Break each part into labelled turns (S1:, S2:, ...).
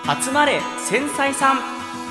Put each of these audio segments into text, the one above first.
S1: 集まれ繊細さん。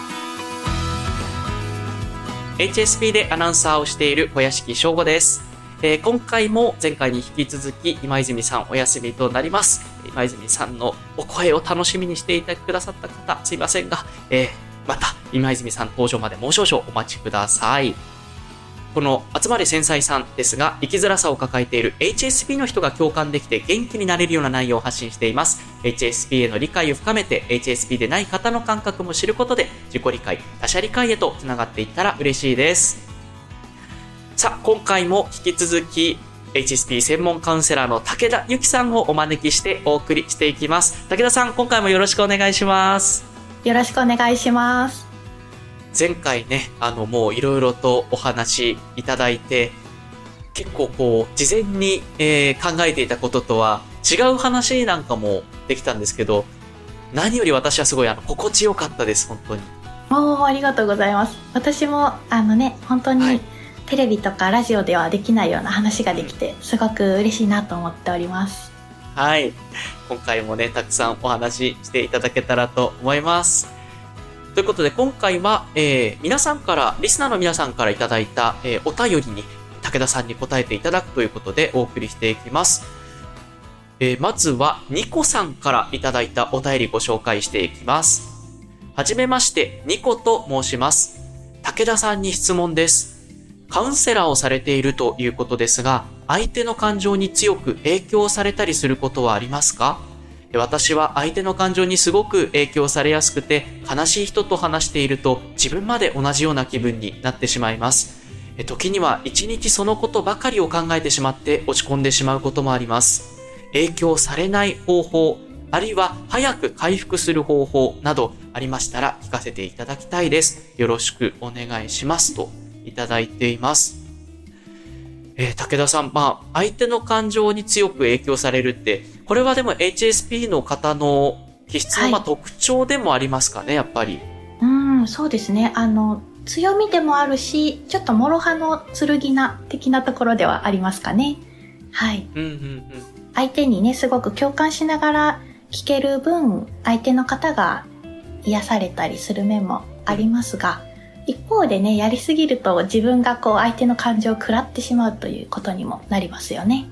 S1: HSP でアナウンサーをしている小屋敷翔吾です。今回も前回に引き続き今泉さんお休みとなります。今泉さんのお声を楽しみにしていてくださった方すいませんが、また今泉さん登場までもう少々お待ちください。この集まれ繊細さんですが、生きづらさを抱えている HSP の人が共感できて元気になれるような内容を発信しています。 HSP への理解を深めて HSP でない方の感覚も知ることで自己理解、他者理解へとつながっていったら嬉しいです。さあ、今回も引き続き HSP 専門カウンセラーの武田由紀さんをお招きしてお送りしていきます。武田さん、今回もよろしくお願いします。
S2: よろしくお願いします。
S1: 前回ね、もういろいろとお話いただいて、結構事前に、考えていたこととは違う話なんかもできたんですけど、何より私はすごい心地よかったです、本当に。
S2: ありがとうございます。私も本当にテレビとかラジオではできないような話ができて、すごく嬉しいなと思っております。
S1: はい。今回もね、たくさんお話ししていただけたらと思います。ということで今回は、皆さんから、リスナーの皆さんからいただいた、お便りに武田さんに答えていただくということでお送りしていきます。まずはニコさんからいただいたお便りご紹介していきます。はじめまして、ニコと申します。武田さんに質問です。カウンセラーをされているということですが、相手の感情に強く影響されたりすることはありますか？私は相手の感情にすごく影響されやすくて、悲しい人と話していると自分まで同じような気分になってしまいます。時には一日そのことばかりを考えてしまって落ち込んでしまうこともあります。影響されない方法、あるいは早く回復する方法などありましたら聞かせていただきたいです。よろしくお願いしますといただいています。武田さん、相手の感情に強く影響されるって、これはでも HSP の方の気質の特徴でもありますかね、やっぱり。
S2: そうですね。強みでもあるし、ちょっと諸刃の剣な的なところではありますかね。はい。相手にね、すごく共感しながら聞ける分、相手の方が癒されたりする面もありますが、一方でね、やりすぎると自分が相手の感情を食らってしまうということにもなりますよね。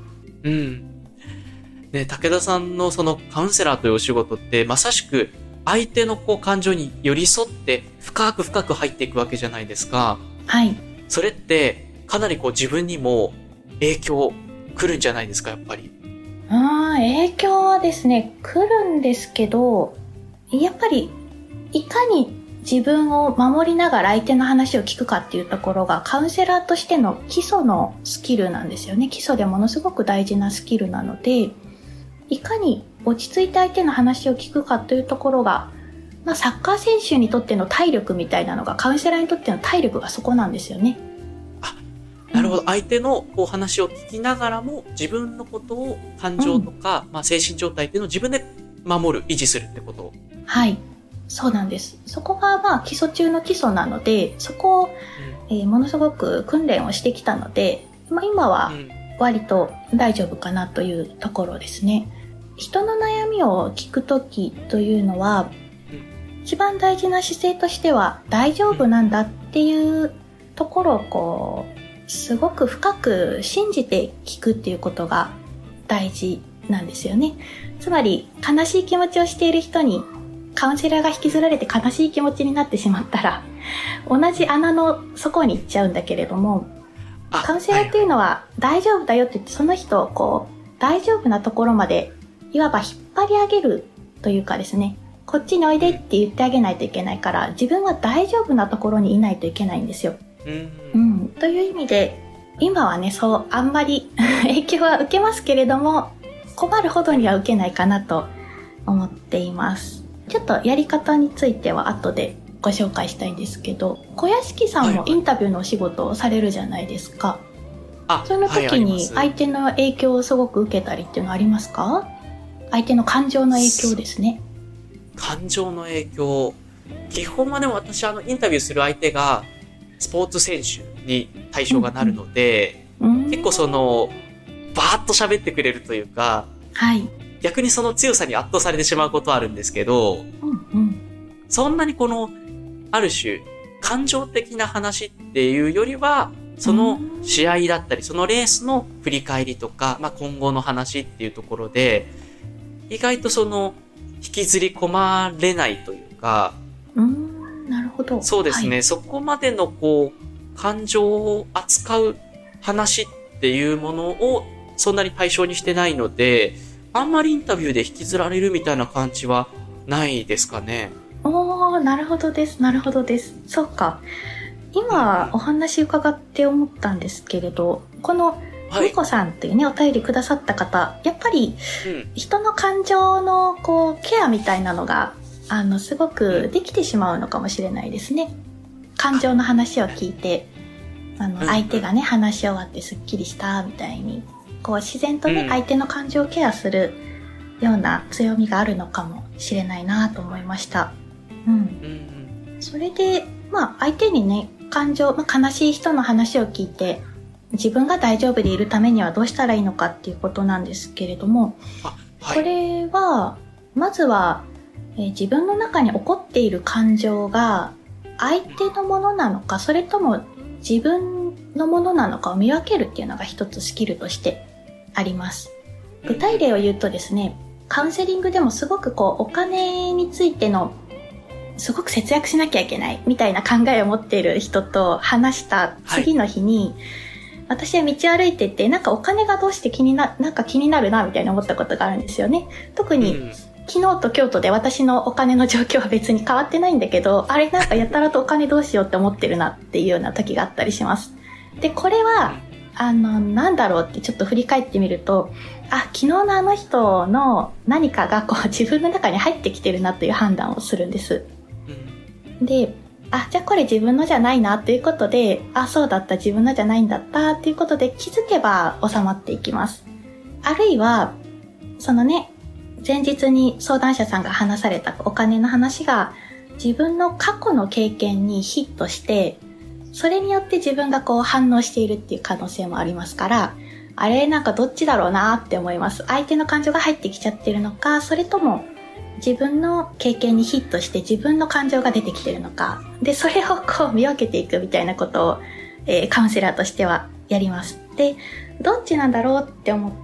S1: ね、武田さんのそのカウンセラーというお仕事ってまさしく相手の感情に寄り添って深く深く入っていくわけじゃないですか。
S2: はい。
S1: それってかなり自分にも影響来るんじゃないですか、やっぱり。
S2: 影響はですね、来るんですけど、やっぱりいかに自分を守りながら相手の話を聞くかっていうところがカウンセラーとしての基礎のスキルなんですよね。基礎でものすごく大事なスキルなので、いかに落ち着いて相手の話を聞くかというところが、サッカー選手にとっての体力みたいなのがカウンセラーにとっての体力がそこなんですよね。
S1: なるほど。相手の話を聞きながらも自分のことを感情とか、精神状態っていうのを自分で守る、維持するってこと。
S2: はい。そうなんです。そこが基礎中の基礎なので、そこを、ものすごく訓練をしてきたので、今は割と大丈夫かなというところですね。人の悩みを聞くときというのは、一番大事な姿勢としては大丈夫なんだっていうところをすごく深く信じて聞くっていうことが大事なんですよね。つまり悲しい気持ちをしている人にカウンセラーが引きずられて悲しい気持ちになってしまったら同じ穴の底に行っちゃうんだけれども、カウンセラーっていうのは大丈夫だよって言って、その人を大丈夫なところまでいわば引っ張り上げるというかですね、こっちにおいでって言ってあげないといけないから、自分は大丈夫なところにいないといけないんですよ。という意味で今はね、あんまり影響は受けますけれども、困るほどには受けないかなと思っています。ちょっとやり方については後でご紹介したいんですけど、小屋敷さんもインタビューのお仕事をされるじゃないですか。その時に相手の影響をすごく受けたりっていうのはありますか？相手の感情の影響ですね。
S1: 感情の影響、基本はでも私インタビューする相手がスポーツ選手に対象がなるので、結構バーッと喋ってくれるというか、逆にその強さに圧倒されてしまうことはあるんですけど、 そんなにある種、感情的な話っていうよりは、その試合だったり、そのレースの振り返りとか、今後の話っていうところで、意外と引きずり込まれないというか、
S2: なるほど。
S1: そうですね、そこまでの感情を扱う話っていうものをそんなに対象にしてないので、あんまりインタビューで引きずられるみたいな感じはないですかね。
S2: なるほどです。なるほどです。そうか。今お話伺って思ったんですけれど、このみこさんっていうね、お便りくださった方、やっぱり人の感情のケアみたいなのがすごくできてしまうのかもしれないですね。感情の話を聞いて、相手がね、話し終わってスッキリしたみたいに、自然とね、相手の感情をケアするような強みがあるのかもしれないなと思いました。それで、相手にね、感情、悲しい人の話を聞いて、自分が大丈夫でいるためにはどうしたらいいのかっていうことなんですけれども、これは、まずは、自分の中に起こっている感情が相手のものなのか、それとも自分のものなのかを見分けるっていうのが一つスキルとしてあります。具体例を言うとですね、カウンセリングでもすごくお金についてのすごく節約しなきゃいけないみたいな考えを持っている人と話した次の日に、私は道を歩いてて、なんかお金がどうして気になるなみたいな思ったことがあるんですよね。特に、昨日と今日とで私のお金の状況は別に変わってないんだけど、あれなんかやたらとお金どうしようって思ってるなっていうような時があったりします。で、これは、なんだろうってちょっと振り返ってみると、昨日のあの人の何かが自分の中に入ってきてるなという判断をするんです。で、じゃあこれ自分のじゃないなということで、そうだった、自分のじゃないんだったっていうことで気づけば収まっていきます。あるいは、前日に相談者さんが話されたお金の話が自分の過去の経験にヒットして、それによって自分が反応しているっていう可能性もありますから、あれなんかどっちだろうなって思います。相手の感情が入ってきちゃってるのか、それとも自分の経験にヒットして自分の感情が出てきてるのか。で、それを見分けていくみたいなことを、カウンセラーとしてはやります。で、どっちなんだろうって思って、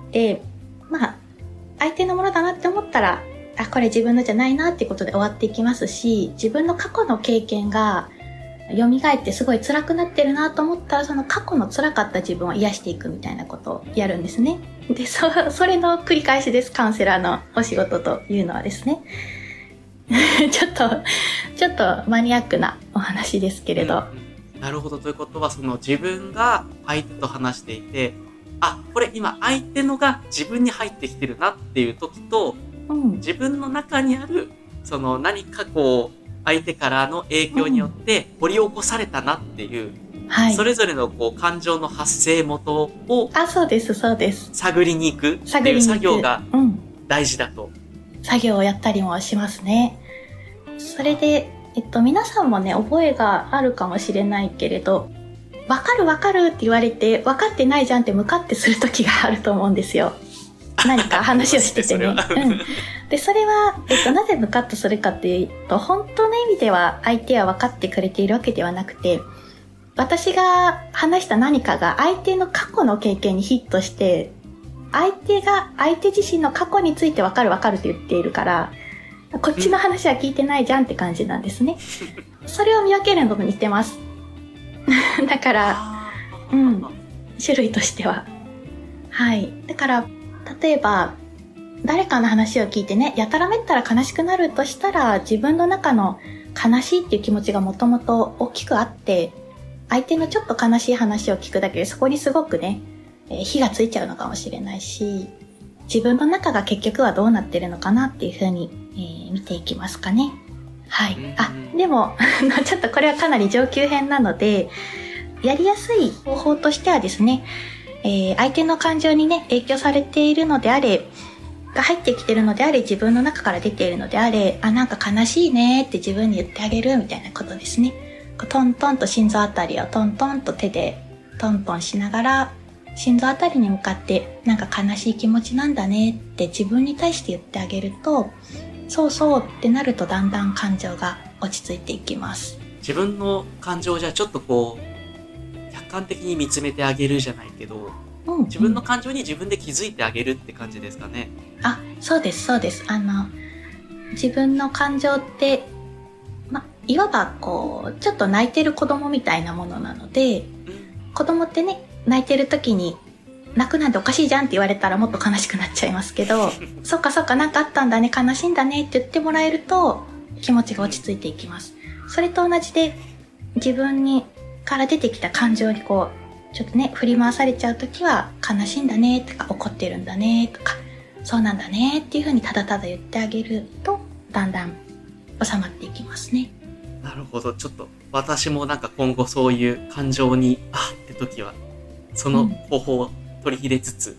S2: 相手のものだなって思ったら、これ自分のじゃないなっていうことで終わっていきますし、自分の過去の経験が蘇ってすごい辛くなってるなと思ったら、その過去の辛かった自分を癒していくみたいなことをやるんですね。で、それの繰り返しです。カウンセラーのお仕事というのはですね。ちょっとマニアックなお話ですけれど。
S1: なるほど。ということは、自分が相手と話していて、これ今相手のが自分に入ってきてるなっていう時と、自分の中にある、何か相手からの影響によって掘り起こされたなっていう、それぞれの感情の発生元を、
S2: そうです、そうです。
S1: 探りに行くっていう作業が大事だと。
S2: 作業をやったりもしますね。それで、皆さんもね、覚えがあるかもしれないけれど、わかるって言われて、分かってないじゃんってムカってする時があると思うんですよ。何か話をしててね。で、それは、なぜムカッとするかっていうと、本当の意味では相手は分かってくれているわけではなくて、私が話した何かが相手の過去の経験にヒットして、相手自身の過去について分かるって言っているから、こっちの話は聞いてないじゃんって感じなんですね。それを見分けるのも似てます。だから、種類としては。はい。だから、例えば、誰かの話を聞いてね、やたらめったら悲しくなるとしたら、自分の中の悲しいっていう気持ちがもともと大きくあって、相手のちょっと悲しい話を聞くだけで、そこにすごくね、火がついちゃうのかもしれないし、自分の中が結局はどうなってるのかなっていうふうに、見ていきますかね。はい。でも、ちょっとこれはかなり上級編なので、やりやすい方法としてはですね、相手の感情にね、影響されているのであれ、が入ってきているのであれ、自分の中から出ているのであれ、なんか悲しいねって自分に言ってあげるみたいなことですね。トントンと心臓あたりをトントンと手でトントンしながら、心臓あたりに向かって、なんか悲しい気持ちなんだねって自分に対して言ってあげると、 そうそうってなるとだんだん感情が落ち着いていきます。
S1: 自分の感情をじゃあちょっとこう、客観的に見つめてあげるじゃないけど、自分の感情に自分で気づいてあげるって感じですかね。
S2: あ、そうです、そうです。自分の感情って、いわばこう、ちょっと泣いてる子供みたいなものなので、子供ってね、泣いてる時に、泣くなんておかしいじゃんって言われたらもっと悲しくなっちゃいますけど、そっかそっかなんかあったんだね、悲しいんだねって言ってもらえると、気持ちが落ち着いていきます。それと同じで、自分にから出てきた感情にこう、ちょっとね、振り回されちゃう時は、悲しいんだねとか、怒ってるんだねとか、そうなんだねっていう風にただただ言ってあげると、だんだん収まっていきますね。
S1: なるほど。ちょっと私もなんか今後そういう感情にあって時はその方法を取り入れつつ、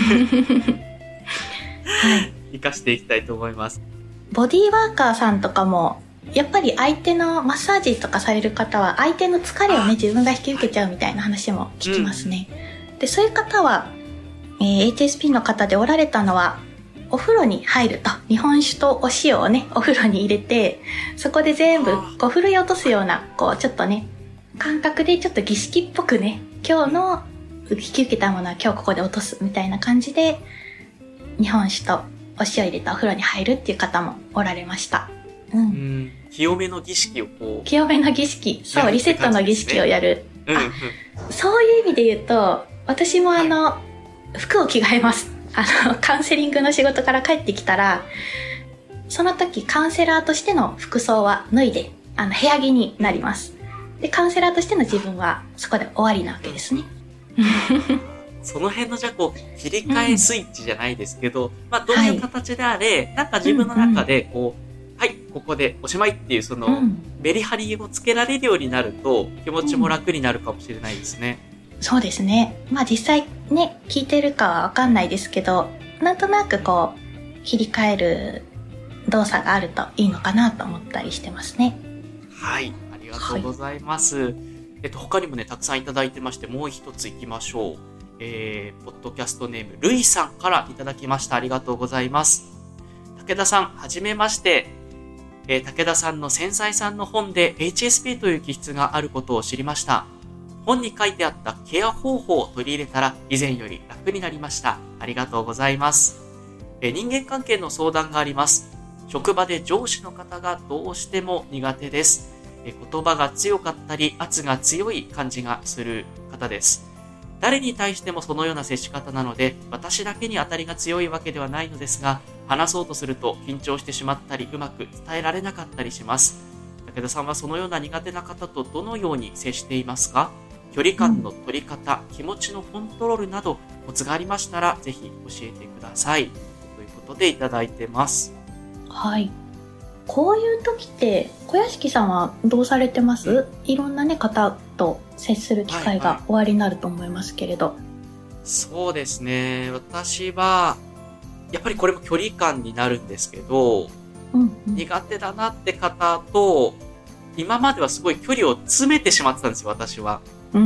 S1: はい、生かしていきたいと思います。
S2: ボディーワーカーさんとかもやっぱり相手のマッサージとかされる方は相手の疲れをね自分が引き受けちゃうみたいな話も聞きますね。でそういう方は、HSP の方でおられたのはお風呂に入ると日本酒とお塩をねお風呂に入れてそこで全部こうふるい落とすようなこうちょっとね感覚でちょっと儀式っぽくね今日の引き受けたものは今日ここで落とすみたいな感じで日本酒とお塩入れたお風呂に入るっていう方もおられました。
S1: 清めの儀式をこう
S2: 清めの儀式そう、リセットの儀式をやる、そういう意味で言うと私も服を着替えます。カウンセリングの仕事から帰ってきたら、その時カウンセラーとしての服装は脱いで、部屋着になります。で、カウンセラーとしての自分はそこで終わりなわけですね。
S1: その辺のじゃあこう、切り替えスイッチじゃないですけど、どういう形であれ、なんか自分の中でこう、はい、ここでおしまいっていうその、メリハリをつけられるようになると、気持ちも楽になるかもしれないですね。
S2: そうですね。実際ね、聞いてるかはわかんないですけど、なんとなくこう、切り替える動作があるといいのかなと思ったりしてますね。
S1: はい、ありがとうございます。他にもね、たくさんいただいてまして、もう一つ行きましょう。ポッドキャストネーム、ルイさんからいただきました。ありがとうございます。武田さん、はじめまして。武田さんの繊細さんの本で HSP という気質があることを知りました。本に書いてあったケア方法を取り入れたら以前より楽になりました。ありがとうございます。人間関係の相談があります。職場で上司の方がどうしても苦手です。言葉が強かったり圧が強い感じがする方です。誰に対してもそのような接し方なので、私だけに当たりが強いわけではないのですが、話そうとすると緊張してしまったり、うまく伝えられなかったりします。武田さんはそのような苦手な方とどのように接していますか？距離感の取り方、気持ちのコントロールなどコツがありましたらぜひ教えてください。ということでいただいてます。
S2: はい。こういう時って小屋敷さんはどうされてます？いろんなね方と接する機会がおありになると思いますけれど。
S1: そうですね。私はやっぱりこれも距離感になるんですけど、苦手だなって方と今まではすごい距離を詰めてしまってたんですよ、私は。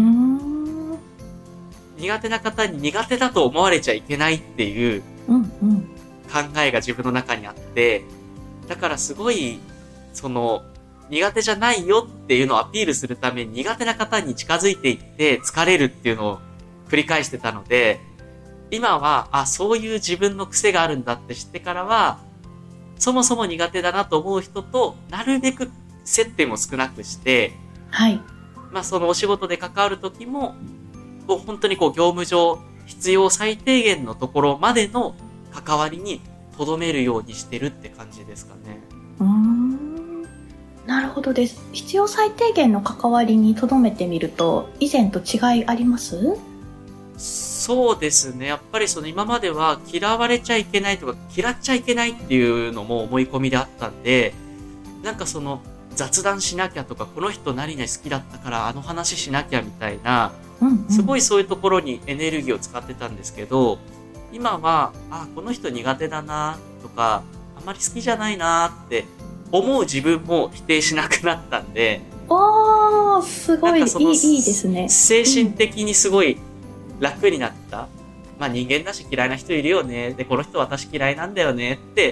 S1: 苦手な方に苦手だと思われちゃいけないっていう考えが自分の中にあって、だからすごい苦手じゃないよっていうのをアピールするために苦手な方に近づいていって疲れるっていうのを繰り返してたので、今はそういう自分の癖があるんだって知ってからは、そもそも苦手だなと思う人となるべく接点を少なくして、
S2: はい。
S1: そのお仕事で関わるときも、本当に業務上必要最低限のところまでの関わりに留めるようにしてるって感じですかね。
S2: なるほどです。必要最低限の関わりに留めてみると、以前と違いあります？
S1: そうですね。やっぱり今までは嫌われちゃいけないとか嫌っちゃいけないっていうのも思い込みであったんで、なんか雑談しなきゃとか、この人何々好きだったから話しなきゃみたいな、すごいそういうところにエネルギーを使ってたんですけど、今は、この人苦手だなとか、あんまり好きじゃないなって思う自分も否定しなくなったんで、
S2: すごいいいですね。
S1: 精神的にすごい楽になった。人間だし嫌いな人いるよね。で、この人私嫌いなんだよねって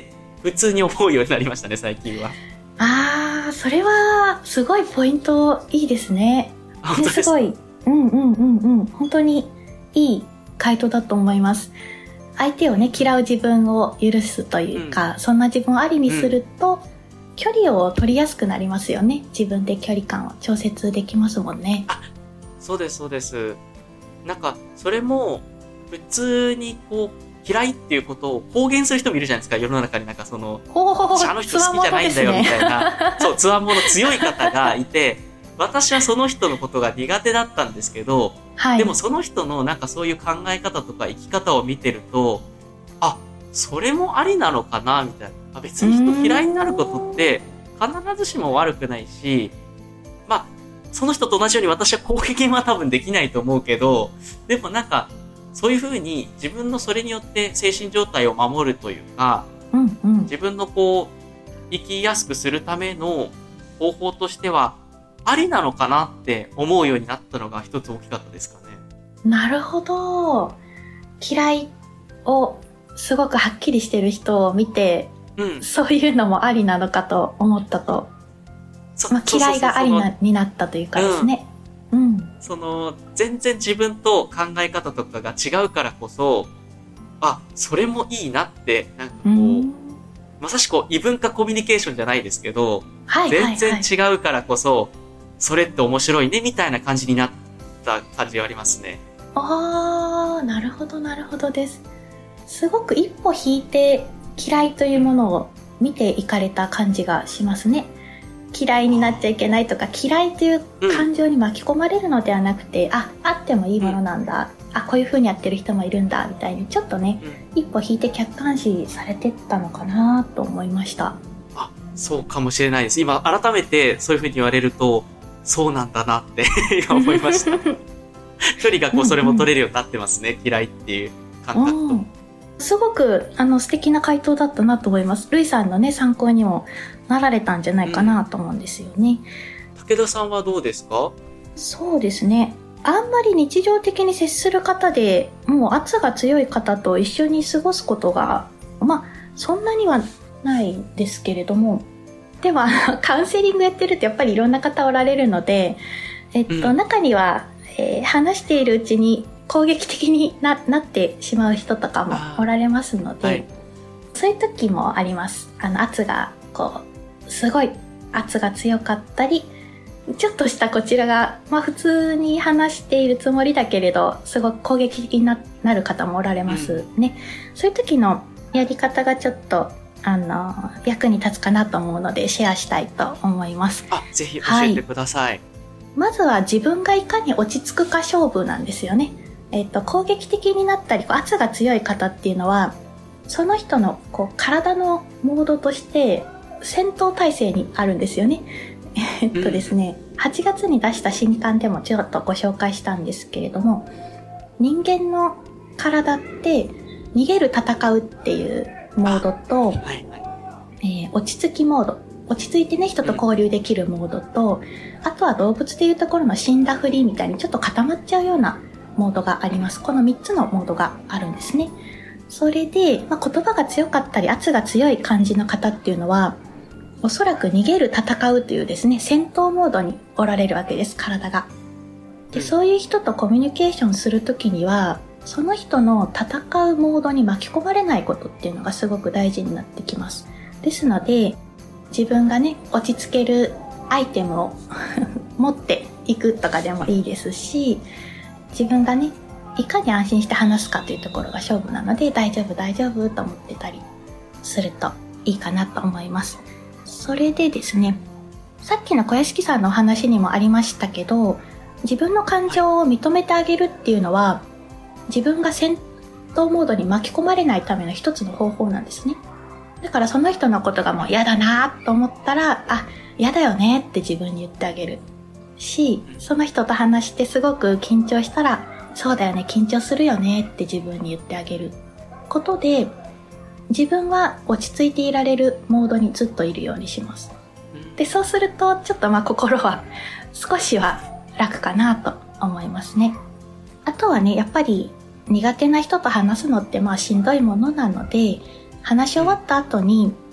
S1: 普通に思うようになりましたね、最近は。
S2: それはすごいポイントいいですね。
S1: 本当ですか？
S2: すごい、本当にいい回答だと思います。相手をね、嫌う自分を許すというか、そんな自分をありにすると、距離を取りやすくなりますよね。自分で距離感を調節できますもんね。
S1: そうです、そうです。なんか、それも、普通にこう、嫌いっていうことを公言する人もいるじゃないですか、世の中に。なんかその、私あの人好きじゃないんだよみたいな、そう、つわもの強い方がいて、私はその人のことが苦手だったんですけど、でもその人のなんかそういう考え方とか生き方を見てると、それもありなのかなみたいな。別に人嫌いになることって必ずしも悪くないし、その人と同じように私は公言は多分できないと思うけど、でもなんか、そういうふうに自分のそれによって精神状態を守るというか、自分のこう、生きやすくするための方法としては、ありなのかなって思うようになったのが一つ大きかったですかね。
S2: なるほど。嫌いをすごくはっきりしてる人を見て、そういうのもありなのかと思ったと。嫌いがありになったというかですね。
S1: 全然自分と考え方とかが違うからこそ、それもいいなって、なんかこう、まさしく異文化コミュニケーションじゃないですけど、全然違うからこそ、それって面白いね、みたいな感じになった感じがありますね。
S2: なるほど、なるほどです。すごく一歩引いて嫌いというものを見ていかれた感じがしますね。嫌いになっちゃいけないとか、嫌いという感情に巻き込まれるのではなくて、あってもいいものなんだ、こういう風にやってる人もいるんだみたいに、ちょっとね、一歩引いて客観視されてったのかなと思いました。
S1: そうかもしれないです。今改めてそういう風に言われると、そうなんだなって今思いました。距離がこうそれも取れるようになってますね。嫌いっていう感覚と。
S2: すごく素敵な回答だったなと思います。ルイさんのね、参考にもなられたんじゃないかなと思うんですよね。
S1: 武田さんはどうですか？
S2: そうですね。あんまり日常的に接する方で、もう圧が強い方と一緒に過ごすことが、そんなにはないですけれども、ではカウンセリングやってるとやっぱりいろんな方おられるので、中には、話しているうちに攻撃的に なってしまう人とかもおられますので、そういう時もあります。圧がすごい圧が強かったり、ちょっとしたこちらが、普通に話しているつもりだけれど、すごく攻撃的に なる方もおられますね。そういう時のやり方がちょっと役に立つかなと思うのでシェアしたいと思います。
S1: ぜひ教えてください。
S2: まずは自分がいかに落ち着くか勝負なんですよね。攻撃的になったり圧が強い方っていうのは、その人の体のモードとして戦闘態勢にあるんですよね。ですね、8月に出した新刊でもちょっとご紹介したんですけれども、人間の体って逃げる戦うっていうモードと、落ち着きモード、落ち着いてね、人と交流できるモードと、あとは動物でいうところの死んだふりみたいにちょっと固まっちゃうようなモードがあります。この3つのモードがあるんですね。それで、言葉が強かったり圧が強い感じの方っていうのは、おそらく逃げる戦うというですね、戦闘モードにおられるわけです、体が。で、そういう人とコミュニケーションするときには、その人の戦うモードに巻き込まれないことっていうのがすごく大事になってきます。ですので、自分がね、落ち着けるアイテムを持っていくとかでもいいですし、自分がね、いかに安心して話すかというところが勝負なので、大丈夫大丈夫と思ってたりするといいかなと思います。それでですね、さっきの小屋敷さんのお話にもありましたけど、自分の感情を認めてあげるっていうのは、自分が戦闘モードに巻き込まれないための一つの方法なんですね。だからその人のことがもう嫌だなと思ったら、嫌だよねって自分に言ってあげるし、その人と話してすごく緊張したら、そうだよね、緊張するよねって自分に言ってあげることで、自分は落ち着いていられるモードにずっといるようにします。で、そうするとちょっと心は少しは楽かなと思いますね。あとはね、やっぱり苦手な人と話すのってしんどいものなので、話し終わった後に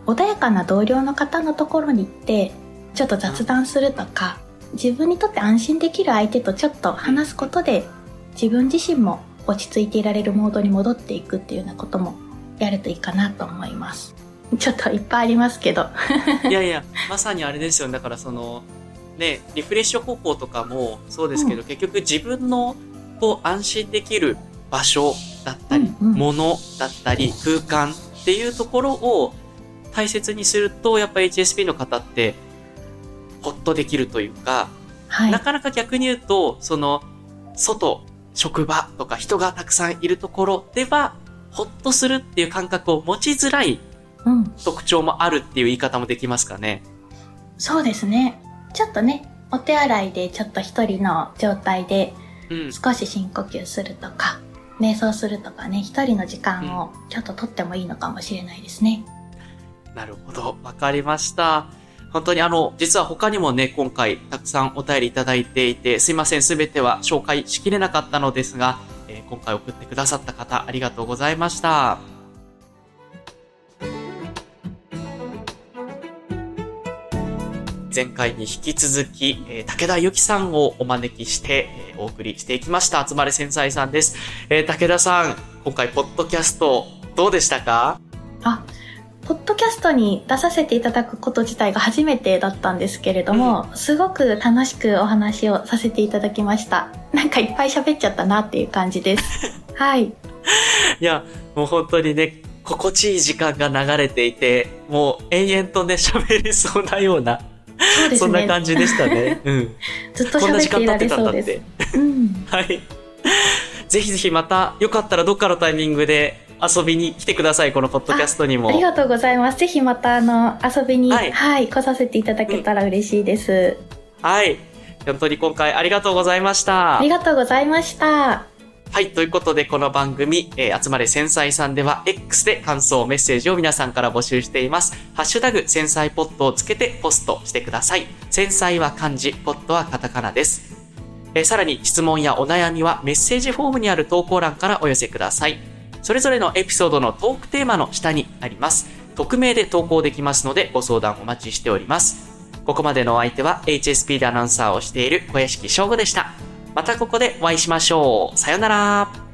S2: 穏やかな同僚の方のところに行ってちょっと雑談するとか、自分にとって安心できる相手とちょっと話すことで自分自身も落ち着いていられるモードに戻っていくっていうようなこともやるといいかなと思います。ちょっといっぱいありますけど
S1: いやいや、まさにあれですよね。だからそのね、リフレッシュ方法とかもそうですけど、結局自分のこう安心できる場所だったり、物だったり空間っていうところを大切にすると、やっぱり HSP の方ってほっとできるというか、なかなか逆に言うと、その外、職場とか人がたくさんいるところではほっとするっていう感覚を持ちづらい特徴もあるっていう言い方もできますかね。
S2: そうですね。ちょっとね、お手洗いでちょっと一人の状態で少し深呼吸するとか、瞑想するとかね、一人の時間をちょっと取ってもいいのかもしれないですね。
S1: なるほど。わかりました。本当に実は他にもね、今回たくさんお便りいただいていて、すいません、すべては紹介しきれなかったのですが、今回送ってくださった方、ありがとうございました。前回に引き続き、武田由紀さんをお招きして、お送りしていきました。集まれ繊細さんです。武田さん、今回ポッドキャストどうでしたか？
S2: ポッドキャストに出させていただくこと自体が初めてだったんですけれども、すごく楽しくお話をさせていただきました。なんかいっぱい喋っちゃったなっていう感じです。はい。い
S1: や、もう本当にね、心地いい時間が流れていて、もう延々とね、喋りそうなような、そうですね、そんな感じでしたね。
S2: ずっと喋っていられそうです。
S1: はい。ぜひぜひまた、よかったらどっかのタイミングで、遊びに来てください、このポッドキャストにも。
S2: ありがとうございます。ぜひまた遊びに、来させていただけたら嬉しいです。
S1: はい。本当に今回ありがとうございました。
S2: ありがとうございました。
S1: はい。ということで、この番組、集まれ繊細さんでは、X で感想、メッセージを皆さんから募集しています。ハッシュタグ、繊細ポットをつけてポストしてください。繊細は漢字、ポットはカタカナです。さらに、質問やお悩みはメッセージフォームにある投稿欄からお寄せください。それぞれのエピソードのトークテーマの下にあります。匿名で投稿できますのでご相談お待ちしております。ここまでのお相手は HSP でアナウンサーをしている小屋敷翔吾でした。またここでお会いしましょう。さよなら。